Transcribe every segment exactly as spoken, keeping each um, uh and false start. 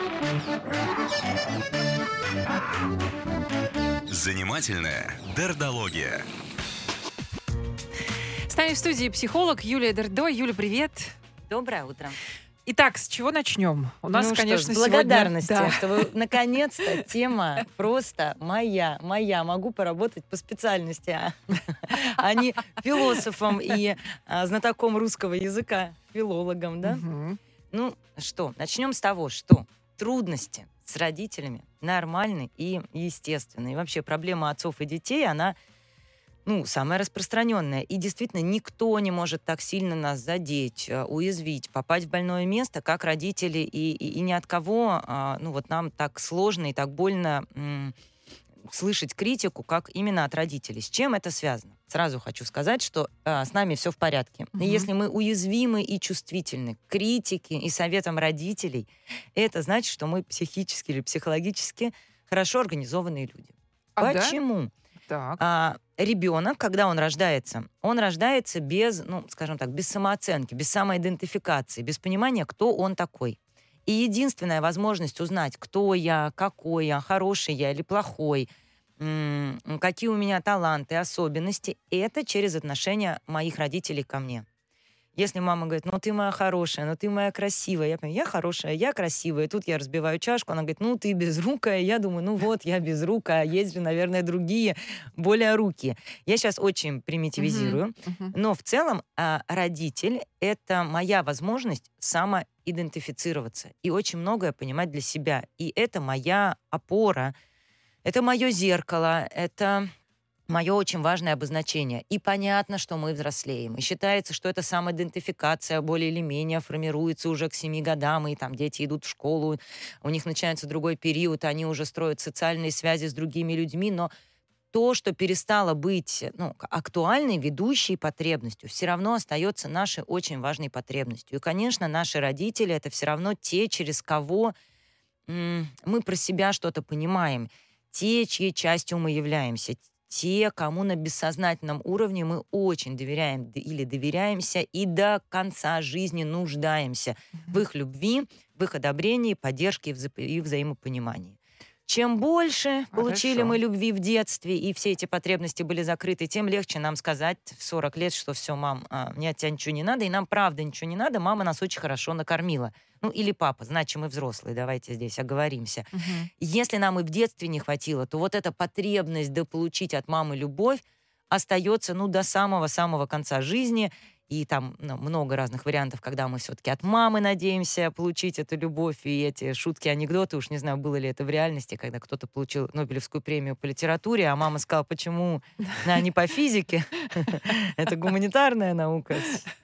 Занимательная дердология. С нами в студии психолог Юлия Дердо. Юля, привет. Доброе утро. Итак, с чего начнем? У нас, ну конечно, что ж, с благодарности, сегодня... Да. что вы, наконец-то тема просто моя, моя. Могу поработать по специальности, а, а не философом и а, знатоком русского языка, филологом, да? Угу. Ну что, начнем с того, что трудности с родителями нормальны и естественны. И вообще проблема отцов и детей, она... Ну, самое распространенное. И действительно, никто не может так сильно нас задеть, уязвить, попасть в больное место, как родители. И, и, и ни от кого, а, ну, вот нам так сложно и так больно м, слышать критику, как именно от родителей. С чем это связано? Сразу хочу сказать, что а, с нами все в порядке. Угу. И если мы уязвимы и чувствительны к критике и советам родителей, это значит, что мы психически или психологически хорошо организованные люди. А, Почему? Да? Так. А, ребенок, когда он рождается, он рождается без, ну, скажем так, без самооценки, без самоидентификации, без понимания, кто он такой. И единственная возможность узнать, кто я, какой я, хороший я или плохой, м- какие у меня таланты, особенности, это через отношения моих родителей ко мне. Если мама говорит, ну ты моя хорошая, ну ты моя красивая, я понимаю, я хорошая, я красивая, и тут я разбиваю чашку, она говорит, ну ты безрукая, я думаю, ну вот я безрукая, есть же, наверное, другие, более руки. Я сейчас очень примитивизирую, Uh-huh, uh-huh. но в целом а, родитель — это моя возможность самоидентифицироваться и очень многое понимать для себя. И это моя опора, это мое зеркало, это... Мое очень важное обозначение. И понятно, что мы взрослеем. И считается, что эта самоидентификация более или менее формируется уже к семи годам, и там дети идут в школу, у них начинается другой период, они уже строят социальные связи с другими людьми, но то, что перестало быть ну, актуальной, ведущей потребностью, все равно остается нашей очень важной потребностью. И, конечно, наши родители — это все равно те, через кого м- мы про себя что-то понимаем, те, чьей частью мы являемся, те, кому на бессознательном уровне мы очень доверяем или доверяемся и до конца жизни нуждаемся mm-hmm. в их любви, в их одобрении, поддержке и, вза- и взаимопонимании. Чем больше Хорошо. получили мы любви в детстве, и все эти потребности были закрыты, тем легче нам сказать в сорок лет, что все, мам, а, мне от тебя ничего не надо, и нам правда ничего не надо, мама нас очень хорошо накормила. Ну, или папа, значит, мы взрослые, давайте здесь оговоримся. Угу. Если нам и в детстве не хватило, то вот эта потребность дополучить от мамы любовь остается, ну, до самого-самого конца жизни. И там ну, много разных вариантов, когда мы все-таки от мамы надеемся получить эту любовь, и эти шутки, анекдоты, уж не знаю, было ли это в реальности, когда кто-то получил Нобелевскую премию по литературе, а мама сказала, почему, а не по физике, это гуманитарная наука.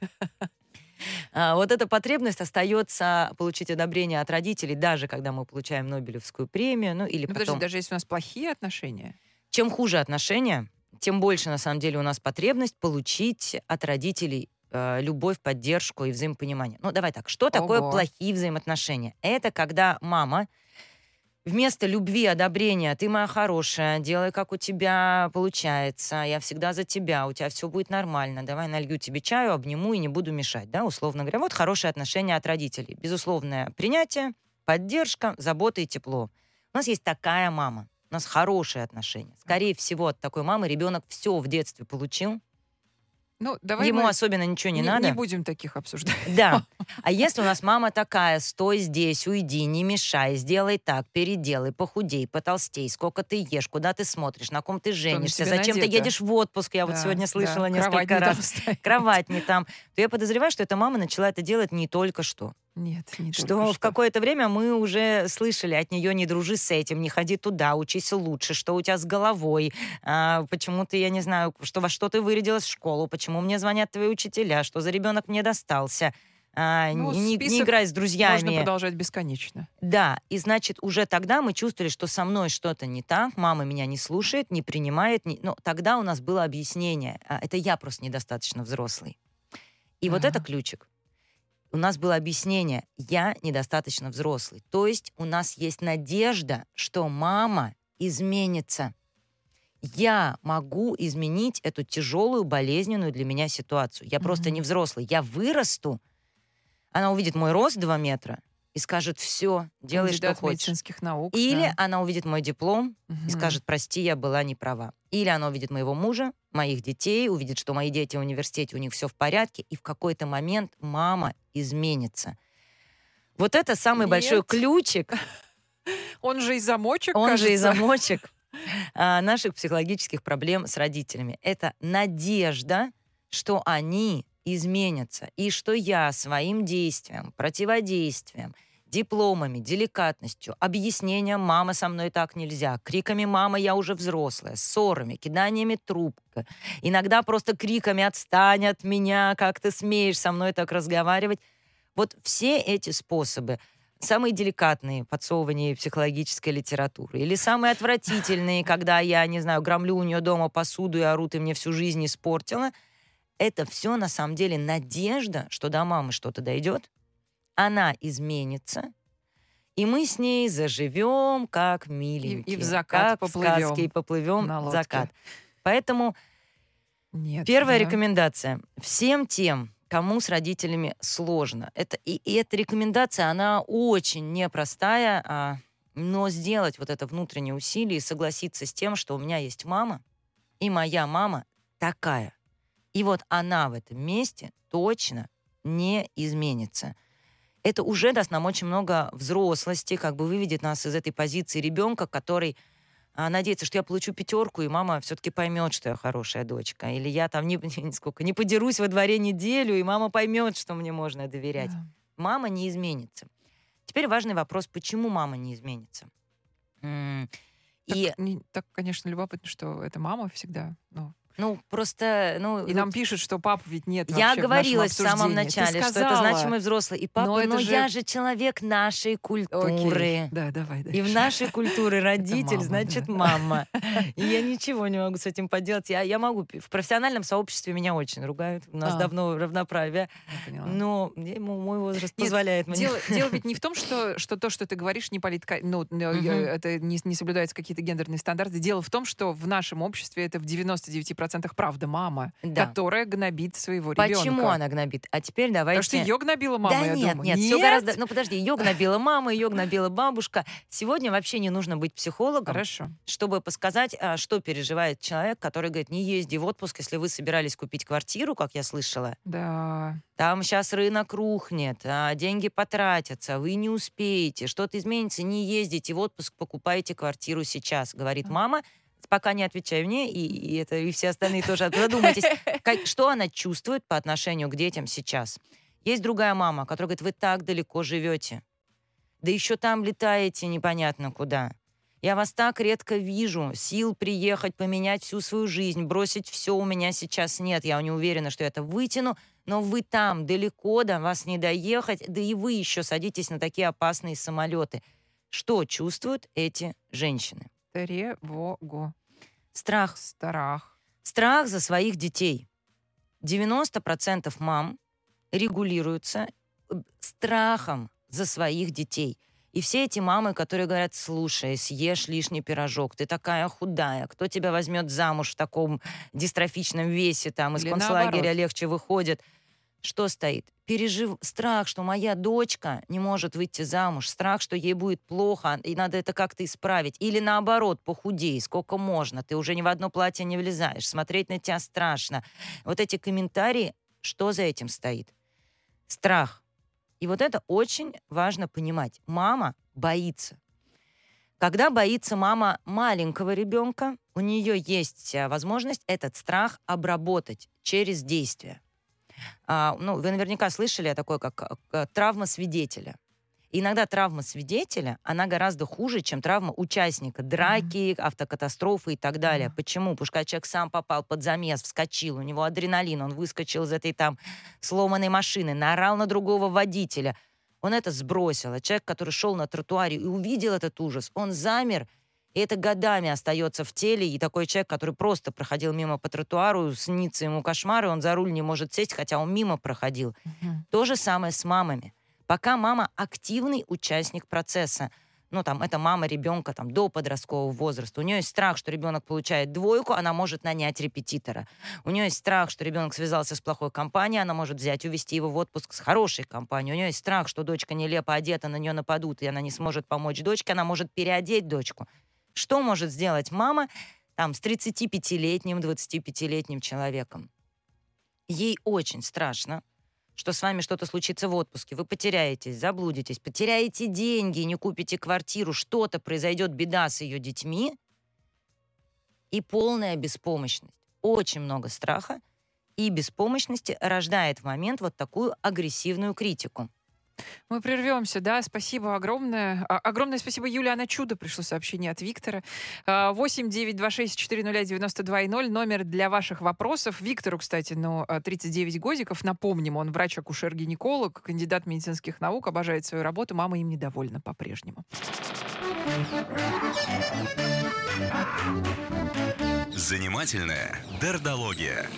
Вот эта потребность остается получить одобрение от родителей, даже когда мы получаем Нобелевскую премию, ну или ну, потом... Подожди, даже если у нас плохие отношения? Чем хуже отношения, тем больше, на самом деле, у нас потребность получить от родителей э, любовь, поддержку и взаимопонимание. Ну, давай так, что такое Ого. плохие взаимоотношения? Это когда мама вместо любви, одобрения, ты моя хорошая, делай, как у тебя получается, я всегда за тебя, у тебя все будет нормально, давай налью тебе чаю, обниму и не буду мешать, да, условно говоря. Вот хорошие отношения от родителей. Безусловное принятие, поддержка, забота и тепло. У нас есть такая мама, у нас хорошие отношения. Скорее всего, от такой мамы ребенок все в детстве получил, Ну, давай ему мы особенно ничего не, не, надо. не будем таких обсуждать. Да. А если у нас мама такая, стой здесь, уйди, не мешай, сделай так, переделай, похудей, потолстей, сколько ты ешь, куда ты смотришь, на ком ты женишься, тебе зачем надето? ты едешь в отпуск, я Да, вот сегодня слышала да. несколько Кровать не раз. там ставить. Кровать не там. То я подозреваю, что эта мама начала это делать не только что. Нет, не Что только в что. какое-то время мы уже слышали от нее: не дружи с этим, не ходи туда, учись лучше, что у тебя с головой, а, почему ты, я не знаю, что, во что ты вырядилась в школу, почему мне звонят твои учителя, что за ребенок мне достался, а, Ну, не, не список играй с друзьями. Можно продолжать бесконечно. Да, и значит, уже тогда мы чувствовали, что со мной что-то не так, мама меня не слушает, не принимает. Не... Но тогда у нас было объяснение. А, это я просто недостаточно взрослый. И вот это ключик. У нас было объяснение: я недостаточно взрослый. То есть у нас есть надежда, что мама изменится. Я могу изменить эту тяжелую, болезненную для меня ситуацию. Я mm-hmm. просто не взрослый. Я вырасту, она увидит мой рост два метра и скажет: все, делай, что Кандидат хочешь. медицинских наук. Или Да. она увидит мой диплом и Мгм. скажет: прости, я была не права. Или она увидит моего мужа, моих детей, увидит, что мои дети в университете, у них все в порядке, и в какой-то момент мама изменится. Вот это самый большой Нет. ключик, Он же и замочек, он же и кажется. замочек а, наших психологических проблем с родителями. Это надежда, что они изменятся, и что я своим действием, противодействием, дипломами, деликатностью, объяснением: мама, со мной так нельзя, криками: мама, я уже взрослая, ссорами, киданиями трубка, иногда просто криками: отстань от меня, как ты смеешь со мной так разговаривать. Вот все эти способы, самые деликатные — подсовывание психологической литературы, или самые отвратительные, когда я, не знаю, громлю у нее дома посуду и ору: ты мне всю жизнь испортила, это все на самом деле надежда, что до мамы что-то дойдет, она изменится, и мы с ней заживем как миленькие. в закат как в поплывем сказке, и поплывем на в лодке. закат. Поэтому Нет. первая да. рекомендация всем тем, кому с родителями сложно. Это, и, и эта рекомендация, она очень непростая, а, но сделать вот это внутреннее усилие и согласиться с тем, что у меня есть мама, и моя мама такая. И вот она в этом месте точно не изменится. Это уже даст нам очень много взрослости, как бы выведет нас из этой позиции ребенка, который а, надеется, что я получу пятерку, и мама все-таки поймет, что я хорошая дочка. Или я там не, не, сколько, не подерусь во дворе неделю, и мама поймет, что мне можно доверять. Да. Мама не изменится. Теперь важный вопрос: почему мама не изменится? М, Так, И, не- так, конечно, любопытно, что это мама всегда. Ну, ну, просто... Ну, и нам пишут, что пап ведь нет я вообще в нашем оговорилась в самом обсуждении. Ты начале, что это сказала, значимый взрослый. И папа, но но, это же- я же человек нашей Окей. культуры. Да, давай дальше. И в нашей культуре родитель, мама, значит, да. мама. И я ничего не могу с этим поделать. Я, я могу... пи- В профессиональном сообществе меня очень ругают. У нас А. давно равноправие. Я поняла. Но ему мой возраст Нет, позволяет мне. Дело, дело ведь не в том, что, что то, что ты говоришь, не политка, ну, э, Мгм. это не, не соблюдаются какие-то гендерные стандарты. Дело в том, что в нашем обществе это в девяноста девяти процентах правда мама, Да. которая гнобит своего ребенка. Почему она гнобит? А теперь давайте... Потому что ее гнобила мама, Да я нет, думаю. нет, все гораздо... Ну подожди, ее гнобила мама, ее гнобила бабушка. Сегодня вообще не нужно быть психологом, Хорошо. чтобы подсказать, а, что переживает человек, который говорит: не езди в отпуск, если вы собирались купить квартиру, как я слышала. Да. Там сейчас рынок рухнет, а, деньги потратятся, вы не успеете, что-то изменится, не ездите в отпуск, покупайте квартиру сейчас, говорит А. мама. Пока не отвечай мне, и, и это, и все остальные тоже задумайтесь, как- что она чувствует по отношению к детям сейчас. Есть другая мама, которая говорит: вы так далеко живете, да еще там летаете непонятно куда. Я вас так редко вижу, сил приехать, поменять всю свою жизнь, бросить все у меня сейчас нет. Я не уверена, что я это вытяну, но вы там далеко, до вас не доехать, да и вы еще садитесь на такие опасные самолеты. Что чувствуют эти женщины? Тревогу. Страх. Страх. Страх за своих детей. девяносто процентов мам регулируются э, страхом за своих детей. И все эти мамы, которые говорят: слушай, съешь лишний пирожок, ты такая худая, кто тебя возьмет замуж в таком дистрофичном весе, там из Или концлагеря наоборот. легче выходит. Что стоит? Пережив... Страх, что моя дочка не может выйти замуж, страх, что ей будет плохо, и надо это как-то исправить. Или наоборот, похудей, сколько можно, ты уже ни в одно платье не влезаешь, смотреть на тебя страшно. Вот эти комментарии, что за этим стоит? Страх. И вот это очень важно понимать. Мама боится. Когда боится мама маленького ребенка, у нее есть э, возможность этот страх обработать через действие. А, ну, вы наверняка слышали о такой, как э, травма свидетеля. И иногда травма свидетеля, она гораздо хуже, чем травма участника драки, автокатастрофы и так далее. Мгм. Почему? Потому что когда человек сам попал под замес, вскочил, у него адреналин, он выскочил из этой там сломанной машины, наорал на другого водителя. Он это сбросил. А человек, который шел на тротуаре и увидел этот ужас, он замер, и это годами остается в теле. И такой человек, который просто проходил мимо по тротуару, снится ему кошмары, он за руль не может сесть, хотя он мимо проходил. Мгм. То же самое с мамами. Пока мама активный участник процесса. ну, там, это мама ребенка там, до подросткового возраста. У нее есть страх, что ребенок получает двойку, она может нанять репетитора. У нее есть страх, что ребенок связался с плохой компанией, она может взять, увезти его в отпуск с хорошей компанией. У нее есть страх, что дочка нелепо одета, на нее нападут, и она не сможет помочь дочке, она может переодеть дочку. Что может сделать мама там, с тридцатипятилетним, двадцатипятилетним человеком? Ей очень страшно, что с вами что-то случится в отпуске, вы потеряетесь, заблудитесь, потеряете деньги, не купите квартиру, что-то произойдет, беда с ее детьми, и полная беспомощность. Очень много страха и беспомощности рождает в момент вот такую агрессивную критику. Мы прервемся, да, спасибо огромное. А, огромное спасибо, Юлия, на чудо пришло сообщение от Виктора. А, восемь девять два шесть четыре ноль девяносто два ноль, номер для ваших вопросов. Виктору, кстати, ну, тридцать девять годиков, напомним, он врач-акушер-гинеколог, кандидат медицинских наук, обожает свою работу, мама им недовольна по-прежнему. Занимательная дердология.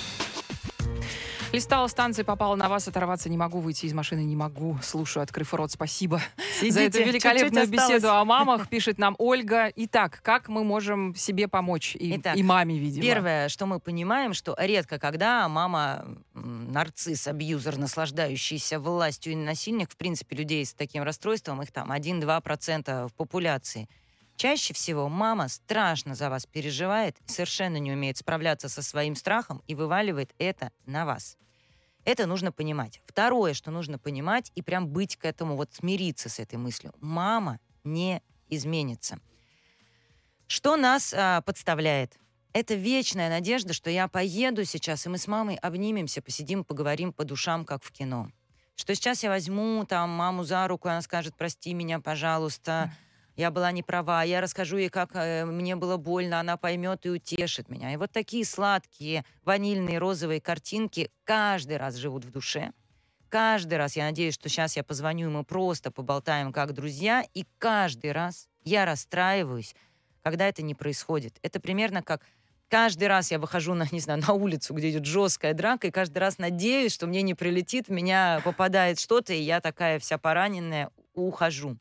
Листала станции, попала на вас, оторваться не могу, выйти из машины не могу. Слушаю, открыв рот, спасибо Сидите, за эту великолепную чуть-чуть осталось. беседу о мамах, пишет нам Ольга. Итак, как мы можем себе помочь? И, Итак, и маме, видимо. Первое, что мы понимаем, что редко когда мама м, нарцисс, абьюзер, наслаждающийся властью и насильник, в принципе, людей с таким расстройством, их там один-два процента в популяции. Чаще всего мама страшно за вас переживает, совершенно не умеет справляться со своим страхом и вываливает это на вас. Это нужно понимать. Второе, что нужно понимать, и прям быть к этому, вот смириться с этой мыслью. Мама не изменится. Что нас а, подставляет? Это вечная надежда, что я поеду сейчас, и мы с мамой обнимемся, посидим, поговорим по душам, как в кино. Что сейчас я возьму там маму за руку, и она скажет: прости меня, пожалуйста, я была не права, я расскажу ей, как э, мне было больно, она поймет и утешит меня. И вот такие сладкие ванильные розовые картинки каждый раз живут в душе. Каждый раз я надеюсь, что сейчас я позвоню, и мы просто поболтаем как друзья, и каждый раз я расстраиваюсь, когда это не происходит. Это примерно как каждый раз я выхожу на, не знаю, на улицу, где идет жесткая драка, и каждый раз надеюсь, что мне не прилетит, в меня попадает что-то, и я такая вся пораненная ухожу.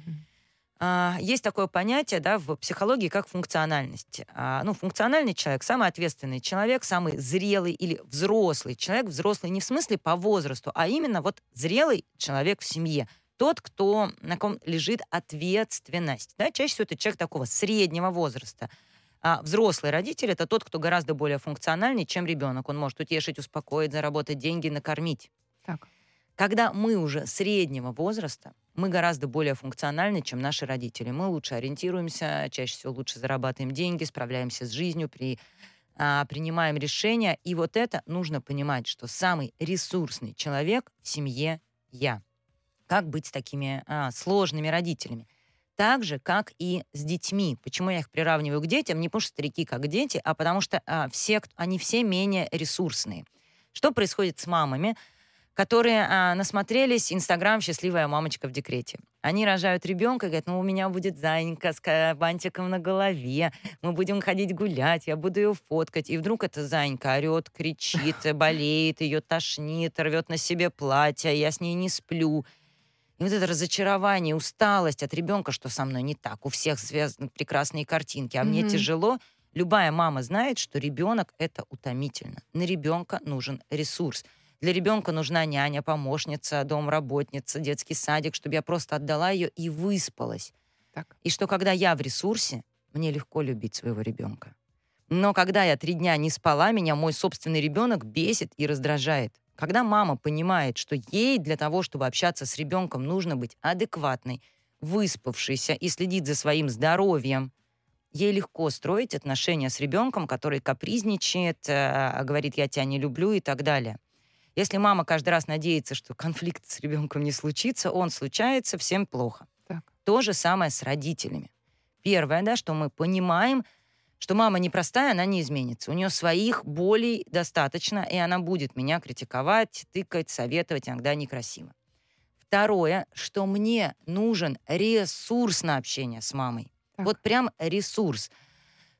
А, есть такое понятие, да, в психологии, как функциональность. А, ну, функциональный человек, самый ответственный человек, самый зрелый или взрослый человек. Взрослый не в смысле по возрасту, а именно вот зрелый человек в семье. Тот, кто, на ком лежит ответственность. Да? Чаще всего это человек такого среднего возраста. А взрослый родитель — это тот, кто гораздо более функциональный, чем ребенок. Он может утешить, успокоить, заработать деньги, накормить. Так. Когда мы уже среднего возраста, мы гораздо более функциональны, чем наши родители. Мы лучше ориентируемся, чаще всего лучше зарабатываем деньги, справляемся с жизнью, при, а, принимаем решения. И вот это нужно понимать, что самый ресурсный человек в семье — я. Как быть с такими а, сложными родителями? Так же, как и с детьми. Почему я их приравниваю к детям? Не потому что старики как дети, а потому что а, все, они все менее ресурсные. Что происходит с мамами, которые а, насмотрелись Инстаграм «Счастливая мамочка в декрете». Они рожают ребенка и говорят: ну, у меня будет зайенька с бантиком на голове, мы будем ходить гулять, я буду ее фоткать. И вдруг эта зайенька орет, кричит, болеет, ее тошнит, рвет на себе платье, я с ней не сплю. И вот это разочарование, усталость от ребенка, что со мной не так. У всех связаны прекрасные картинки, а мне Мгм. тяжело. Любая мама знает, что ребенок — это утомительно. На ребенка нужен ресурс. Для ребенка нужна няня, помощница, домработница, детский садик, чтобы я просто отдала ее и выспалась. Так. И что когда я в ресурсе, мне легко любить своего ребенка. Но когда я три дня не спала, меня мой собственный ребенок бесит и раздражает. Когда мама понимает, что ей для того, чтобы общаться с ребенком, нужно быть адекватной, выспавшейся и следить за своим здоровьем, ей легко строить отношения с ребенком, который капризничает, э, говорит: я тебя не люблю и так далее. Если мама каждый раз надеется, что конфликт с ребенком не случится, он случается, всем плохо. Так. То же самое с родителями. Первое, да, что мы понимаем, что мама непростая, она не изменится. У нее своих болей достаточно, и она будет меня критиковать, тыкать, советовать, иногда некрасиво. Второе, что мне нужен ресурс на общение с мамой. Так. Вот прям ресурс.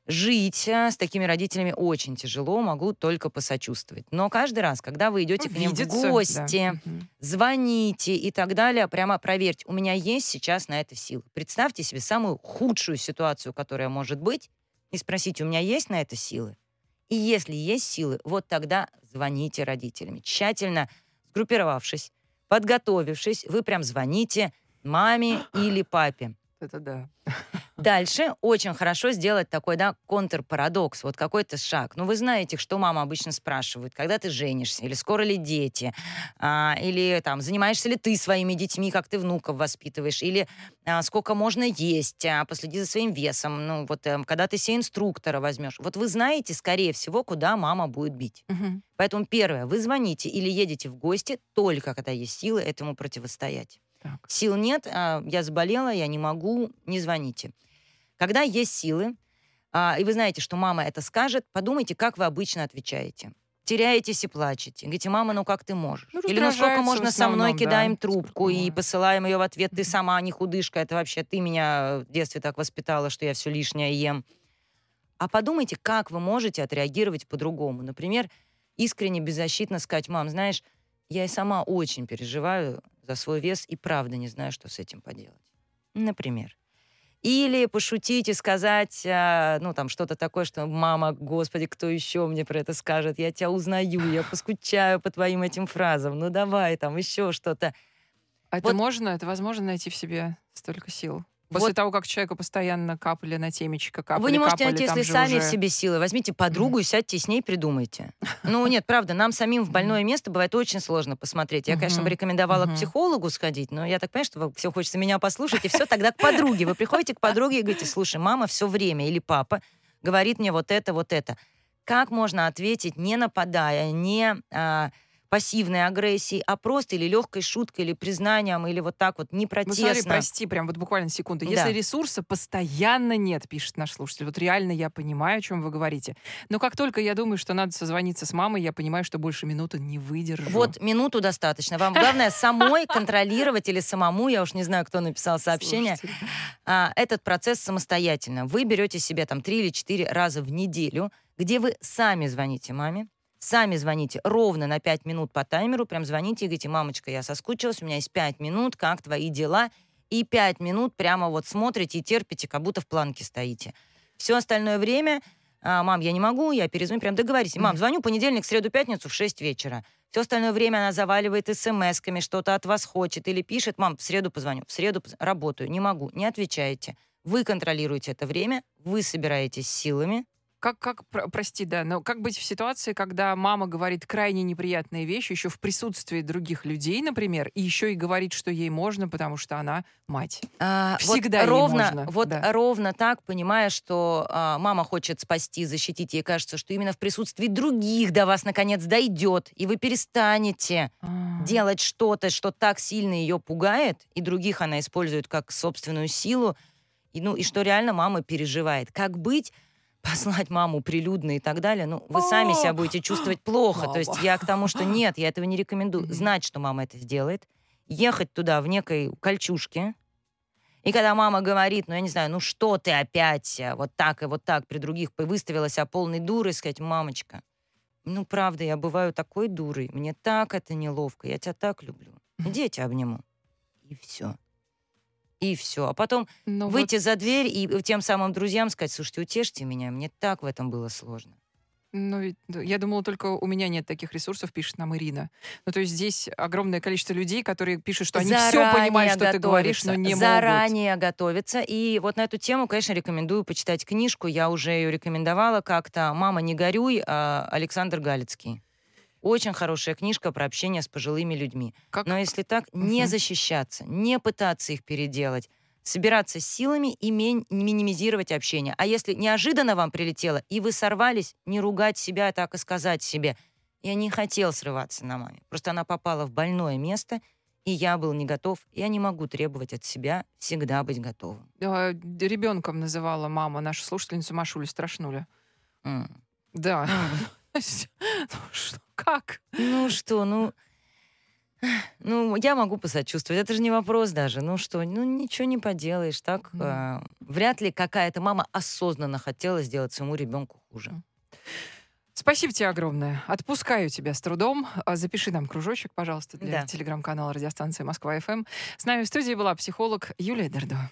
Жить а, с такими родителями очень тяжело, могу только посочувствовать. Но каждый раз, когда вы идете Ну, к ним в видеться, гости, да. Мгм. звоните и так далее, прямо проверьте, у меня есть сейчас на это силы. Представьте себе самую худшую ситуацию, которая может быть, и спросите, у меня есть на это силы? И если есть силы, вот тогда звоните родителям. Тщательно сгруппировавшись, подготовившись, вы прям звоните маме или папе. Это да. Дальше очень хорошо сделать такой, да, контрпарадокс, вот какой-то шаг. Ну, вы знаете, что мама обычно спрашивает, когда ты женишься, или скоро ли дети, а, или там, занимаешься ли ты своими детьми, как ты внуков воспитываешь, или а, сколько можно есть, а, последи за своим весом, ну, вот э, когда ты себе инструктора возьмешь. Вот вы знаете, скорее всего, куда мама будет бить. Мгм. Поэтому первое, вы звоните или едете в гости только когда есть силы этому противостоять. Так. Сил нет, а, я заболела, я не могу, не звоните. Когда есть силы, а, и вы знаете, что мама это скажет, подумайте, как вы обычно отвечаете. Теряетесь и плачете. Говорите, мама, ну как ты можешь? Ну, Или ну сколько раздражаются в можно со мной, основном, да, кидаем сколько трубку и можно. посылаем ее в ответ, ты Мгм. сама не худышка, это вообще ты меня в детстве так воспитала, что я все лишнее ем. А подумайте, как вы можете отреагировать по-другому. Например, искренне, беззащитно сказать, мам, знаешь, я и сама очень переживаю за свой вес и правда не знаю, что с этим поделать. Например. Или пошутить и сказать, а, ну, там, что-то такое, что «Мама, господи, кто еще мне про это скажет? Я тебя узнаю, я поскучаю по твоим этим фразам. Ну, давай, там, еще что-то». А это Вот, можно, это возможно найти в себе столько сил? После вот того, как человеку постоянно капали на темечко, вы не капали, можете капали, найти, там если же сами в уже... себе силы. Возьмите подругу и сядьте с ней, придумайте. Ну, нет, правда, нам самим в Мгм. больное место бывает очень сложно посмотреть. Я, конечно, бы Мгм. рекомендовала к Мгм. психологу сходить, но я так понимаю, что все хочется меня послушать, и все тогда к подруге. Вы приходите к подруге и говорите, слушай, мама все время или папа говорит мне вот это, вот это. Как можно ответить, не нападая, не а, пассивной агрессией, а просто или легкой шуткой, или признанием, или вот так вот, не Вот смотри, протестно. прости, прям вот буквально секунду. Если Да. ресурса постоянно нет, пишет наш слушатель, вот реально я понимаю, о чем вы говорите. Но как только я думаю, что надо созвониться с мамой, я понимаю, что больше минуты не выдержу. Вот минуту достаточно. Вам главное самой контролировать или самому, я уж не знаю, кто написал сообщение, Слушайте. а, этот процесс самостоятельно. Вы берете себе там три или четыре раза в неделю, где вы сами звоните маме, сами звоните ровно на пять минут по таймеру, прям звоните и говорите, мамочка, я соскучилась, у меня есть пять минут, как твои дела? И пять минут прямо вот смотрите и терпите, как будто в планке стоите. Все остальное время, а, мам, я не могу, я перезвоню, прям договорись. Мам, звоню понедельник, среду, пятницу в шесть вечера. Все остальное время она заваливает смс-ками, что-то от вас хочет или пишет, мам, в среду позвоню, в среду поз- работаю, не могу, не отвечаете. Вы контролируете это время, вы собираетесь силами. Как, как, про- прости, да, но как быть в ситуации, когда мама говорит крайне неприятные вещи, еще в присутствии других людей, например, и еще и говорит, что ей можно, потому что она мать. А, Всегда вот ей ровно, можно, вот да. ровно так, понимая, что а, мама хочет спасти, защитить, ей кажется, что именно в присутствии других до вас наконец дойдет, и вы перестанете А, делать что-то, что так сильно ее пугает, и других она использует как собственную силу, и, ну, и что реально мама переживает. Как быть? Послать маму прилюдно и так далее, ну, вы сами себя О, будете чувствовать плохо. То есть мама. я к тому, что нет, я этого не рекомендую. Мгм. Знать, что мама это сделает, ехать туда в некой кольчужке, и когда мама говорит, ну, я не знаю, ну, что ты опять э, вот так и вот так при других выставила себя полной дурой, сказать, мамочка, ну, правда, я бываю такой дурой, мне так это неловко, я тебя так люблю. Иди, я тебя обниму. И все. И все. А потом Ну вот, выйти за дверь и тем самым друзьям сказать, слушайте, утешьте меня, мне так в этом было сложно. ну ведь, да, я думала, только у меня нет таких ресурсов, пишет нам Ирина. Ну, то есть здесь огромное количество людей, которые пишут, что они все понимают, что ты говоришь, но не могут. заранее готовиться. И вот на эту тему, конечно, рекомендую почитать книжку. Я уже ее рекомендовала как-то. «Мама, не горюй», а, Александр Галицкий. Очень хорошая книжка про общение с пожилыми людьми. Как... Но если так, не Мгм. защищаться, не пытаться их переделать, собираться с силами и ми- минимизировать общение. А если неожиданно вам прилетело, и вы сорвались, не ругать себя, а так и сказать себе, я не хотел срываться на маме. Просто она попала в больное место, и я был не готов. Я не могу требовать от себя всегда быть готовым. А, д- ребенком называла мама нашу слушательницу Машулю Страшнуля. М. Да. М. Ну что, как? Ну что, ну... Ну, я могу посочувствовать. Это же не вопрос даже. Ну что, ну ничего не поделаешь. Так Мгм. э, вряд ли какая-то мама осознанно хотела сделать своему ребенку хуже. М. Спасибо тебе огромное. Отпускаю тебя с трудом. А, Запиши нам кружочек, пожалуйста, для Да. телеграм-канала радиостанции Москва-ФМ. С нами в студии была психолог Юлия Дердо.